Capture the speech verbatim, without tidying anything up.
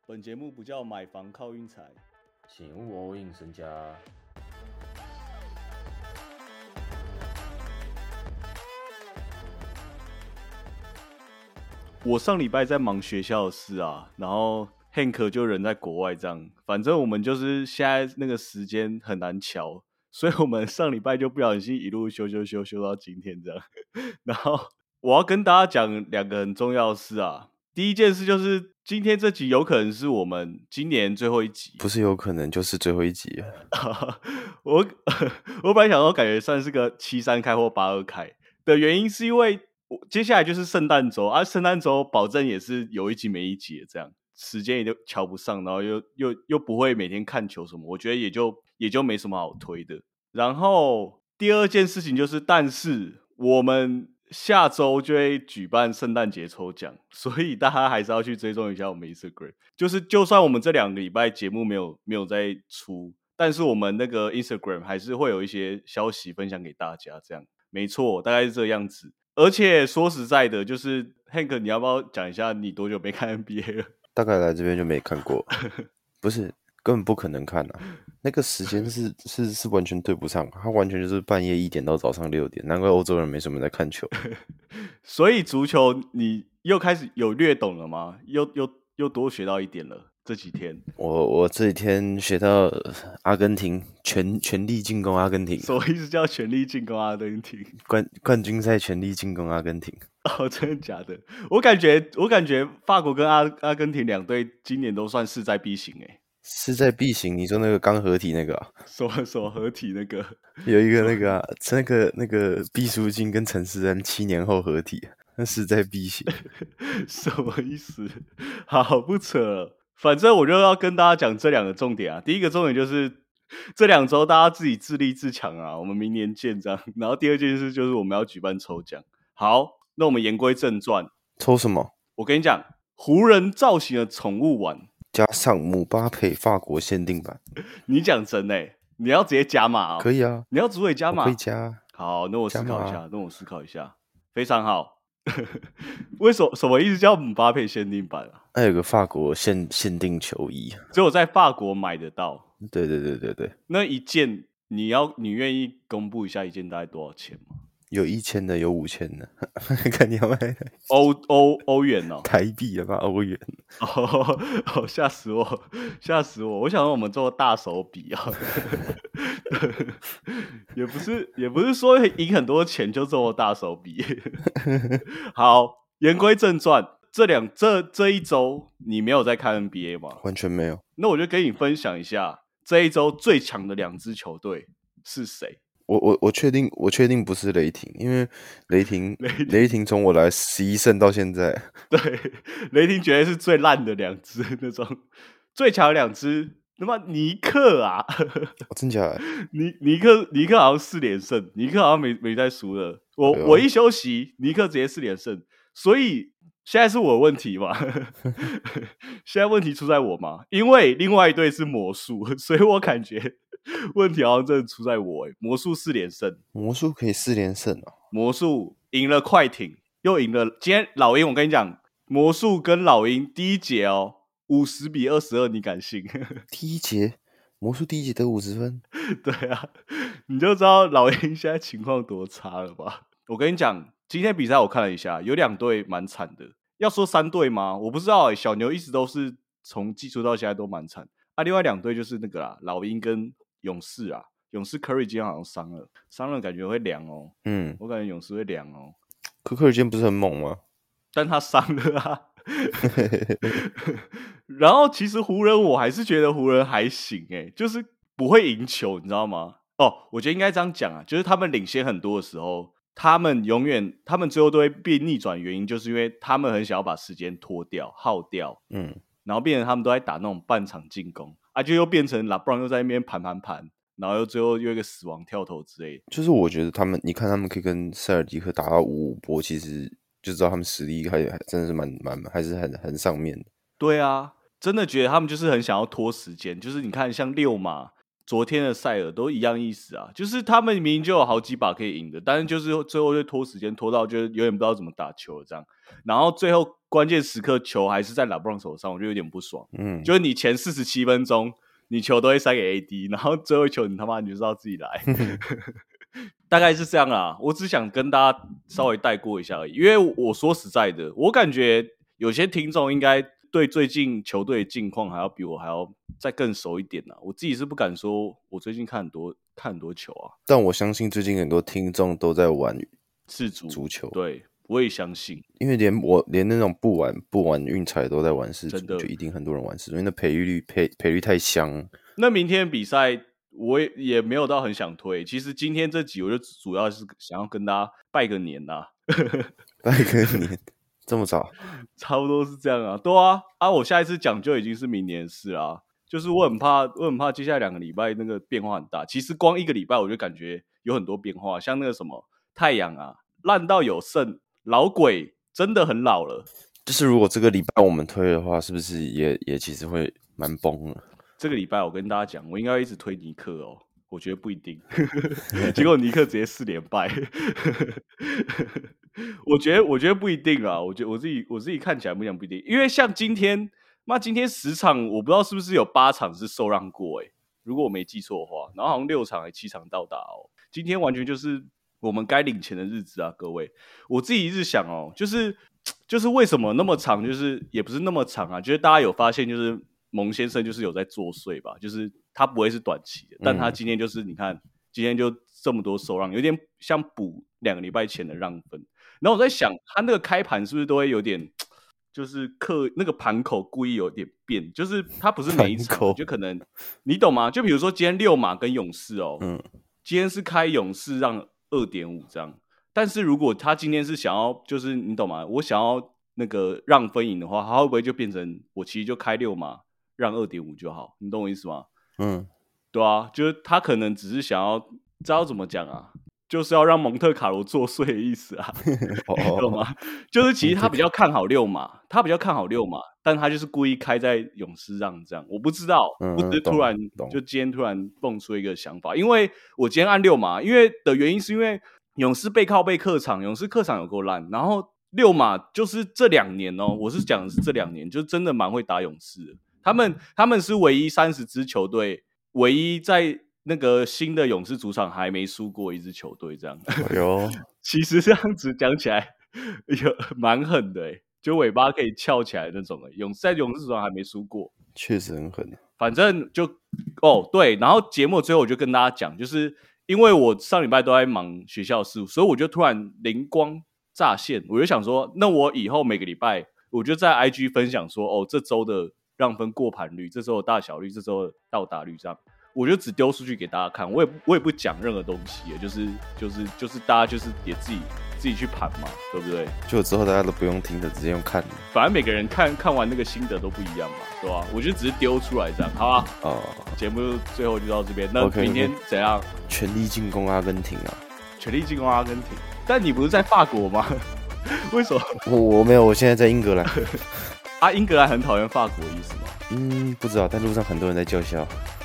本节目不叫买房靠运财， 请勿 all in 身家。 我上礼拜在忙学校的事啊，然后 Hank 就人在国外这样，反正我们就是现在那个时间很难瞧，所以我们上礼拜就不小心一路修修修修到今天这样。然后我要跟大家讲两个很重要的事啊。第一件事就是今天这集有可能是我们今年最后一集， 不是有可能就是最后一集啊。我我本来想说感觉算是个七三开或八二开的原因，是因为接下来就是圣诞周啊，圣诞周保证也是有一集没一集的这样，时间也就瞧不上，然后又又又不会每天看球什么，我觉得也就也就没什么好推的。然后第二件事情就是，但是我们下周就会举办圣诞节抽奖，所以大家还是要去追踪一下我们 Instagram。就是就算我们这两个礼拜节目没有没有在出，但是我们那个 Instagram 还是会有一些消息分享给大家，这样没错，大概是这个样子。而且说实在的，就是 Hank， 你要不要讲一下你多久没看 N B A 了？ 大概来这边就没看过，不是根本不可能看啊！那个时间是是是完全对不上，他完全就是半夜一点到早上六点，难怪欧洲人没什么在看球。 所以足球你又开始有略懂了吗？又又又多学到一点了。这几天， 我我这几天学到阿根廷全全力进攻阿根廷， 什么意思叫全力进攻阿根廷？ 冠冠军赛全力进攻阿根廷。 哦，真的假的？我感觉我感觉法国跟阿阿根廷两队今年都算势在必行哎。 势在必行，你说那个刚合体那个、啊， 什么什么合体那个？ 有一个那个、啊、那个那个毕书尽跟陈思安七年后合体，那势在必行。 什么意思？好，不扯了。反正我就要跟大家讲这两个重点啊。第一个重点就是这两周大家自己自立自强啊，我们明年见这样。然后第二件事就是我们要举办抽奖。好，那我们言归正传。 抽什么？ 我跟你讲，湖人造型的宠物碗， 加上姆巴佩法国限定版。 你讲真欸，你要直接加码哦？ 可以啊， 你要主委加码？ 可以加。 好，那我思考一下， 啊、 那我思考一下，非常好。为什么什么意思叫姆巴佩限定版啊？ 还有个法国限限定球衣， 只有在法国买得到。 对对对对对。 那一件你要你愿意公布一下一件大概多少钱吗？ 有一千的，有五千的，看你要买欧欧欧元哦， 台币了吧？欧元哦，吓死我，吓死我！我想说我们做大手笔啊，也不是也不是说赢很多钱就这么大手笔。好，言归正传，这两这这一周你没有在看 N B A 吗？ 完全没有。 那我就跟你分享一下这一周最强的两支球队是谁。 我我我确定，我确定不是雷霆，因为雷霆雷霆从我来十一胜到现在， 对，雷霆绝对是最烂的两支那种，最强的两支。那么尼克啊， 哦、真假的？ 尼尼克尼克好像四连胜，尼克好像没没再输了。我、哎、我一休息，尼克直接四连胜，所以现在是我的问题嘛？现在问题出在我嘛？因为另外一队是魔术，所以我感觉问题好像真的出在我。魔术四连胜， 魔术可以四连胜哦。 魔术赢了快艇，又赢了。今天老鹰，我跟你讲，魔术跟老鹰第一节哦，五十比二十二，你敢信？ 第一节魔术第一节得五十分， 对啊，你就知道老鹰现在情况多差了吧？我跟你讲，今天比赛我看了一下，有两队蛮惨的。要说三队吗？我不知道、欸、小牛一直都是从季初到现在都蛮惨啊。另外两队就是那个啦，老鹰跟勇士啊。勇士 Curry 今天好像伤了，伤了感觉会凉哦。嗯，我感觉勇士会凉哦。 可 Curry 今天不是很猛吗？ 但他伤了啊。然后其实湖人我还是觉得湖人还行诶，就是不会赢球，你知道吗？哦，我觉得应该这样讲啊，就是他们领先很多的时候，他们永远他们最后都会变逆转，原因就是因为他们很想要把时间拖掉耗掉，嗯，然后变成他们都在打那种半场进攻啊，就又变成 LeBron 又在那边盘盘盘，然后又最后又一个死亡跳投之类的。 就是我觉得他们，你看他们可以跟塞尔迪克打到五五波，其实就知道他们实力还还真的是蛮蛮还是很很上面的。 对啊，真的觉得他们就是很想要拖时间，就是你看像六马昨天的塞尔都一样意思啊，就是他们明明就有好几把可以赢的，但是就是最后就拖时间拖到就有点不知道怎么打球这样，然后最后关键时刻球还是在LeBron手上，我就有点不爽。嗯，就是你前四十七分钟你球都会塞给 A D， 然后最后一球你他妈你就知道自己来。大概是这样啦，我只想跟大家稍微带过一下而已，因为我说实在的，我感觉有些听众应该对最近球队的近况还要比我还要再更熟一点啊。我自己是不敢说我最近看很多看很多球啊， 但我相信最近很多听众都在玩世足足球， 对，我也相信， 因为连我连那种不玩不玩运彩都在玩世足，就一定很多人玩世足，因为那赔率赔赔率太香。 那明天的比赛我 也, 也没有到很想推，其实今天这集我就主要是想要跟大家拜个年啦。 拜个年这么早？ 差不多是这样啊，对啊啊！我下一次讲就已经是明年的事啦，就是我很怕，我很怕接下来两个礼拜那个变化很大。其实光一个礼拜我就感觉有很多变化，像那个什么太阳啊，烂到有剩，老鬼真的很老了。 就是如果这个礼拜我们推的话，是不是也也其实会蛮崩的？ 这个礼拜我跟大家讲，我应该会一直推尼克哦，我觉得不一定。结果尼克直接四连败，我觉得我觉得不一定啦。我觉得我自己我自己看起来不讲不一定，因为像今天，妈今天十场，我不知道是不是有八场是受让过哎、欸，如果我没记错的话，然后好像六场还七场到达哦。今天完全就是我们该领钱的日子啊，各位。我自己一直想哦，就是就是为什么那么长，就是也不是那么长啊，就是大家有发现就是。蒙先生就是有在作祟吧，就是他不会是短期的，但他今天就是你看，今天就这么多收让，有点像补两个礼拜前的让分。然后我在想，他那个开盘是不是都会有点，就是刻那个盘口故意有点变，就是他不是每一场，就可能你懂吗？就比如说今天六马跟勇士哦，嗯，今天是开勇士让 二点五 这样，但是如果他今天是想要，就是你懂吗？我想要那个让分赢的话，他会不会就变成我其实就开六马？让 二点五 就好，你懂我意思吗？嗯，对啊，就是他可能只是想要，知道怎么讲啊，就是要让蒙特卡罗作祟的意思啊，哦、懂吗？就是其实他比较看好六马，他比较看好六马，但他就是故意开在勇士让这样，我不知道，我只是突然就今天突然蹦出一个想法，因为我今天按六马，因为的原因是因为勇士背靠背客场，勇士客场有够烂，然后六马就是这两年哦，我是讲的是这两年，就真的蛮会打勇士的。他们他们是唯一三十支球队，唯一在那个新的勇士主场还没输过一支球队，这样。哎呦，其实这样子讲起来有蛮狠的哎，就尾巴可以翘起来那种哎。勇在勇士主场还没输过， 确实很狠。 反正就哦对，然后节目最后我就跟大家讲，就是因为我上礼拜都在忙学校事务，所以我就突然灵光乍现，我就想说，那我以后每个礼拜我就在 I G 分享说，哦这周的。让分过盘率，这时候大小率，这时候到达率，这样我就只丢数据给大家看，我也我也不讲任何东西，就是就是就是大家就是也自己自己去盘嘛，对不对？ 就之后大家都不用听的，直接用看的， 反正每个人看看完那个心得都不一样嘛，对吧？我就只是丢出来这样，好吧？哦，节目最后就到这边，那明天怎样？ Okay, 全力进攻阿根廷啊！ 全力进攻阿根廷，但你不是在法国吗？为什么？ 我我没有，我现在在英格兰。 啊，英格兰很讨厌法国的意思吗？ 嗯，不知道，但路上很多人在叫嚣。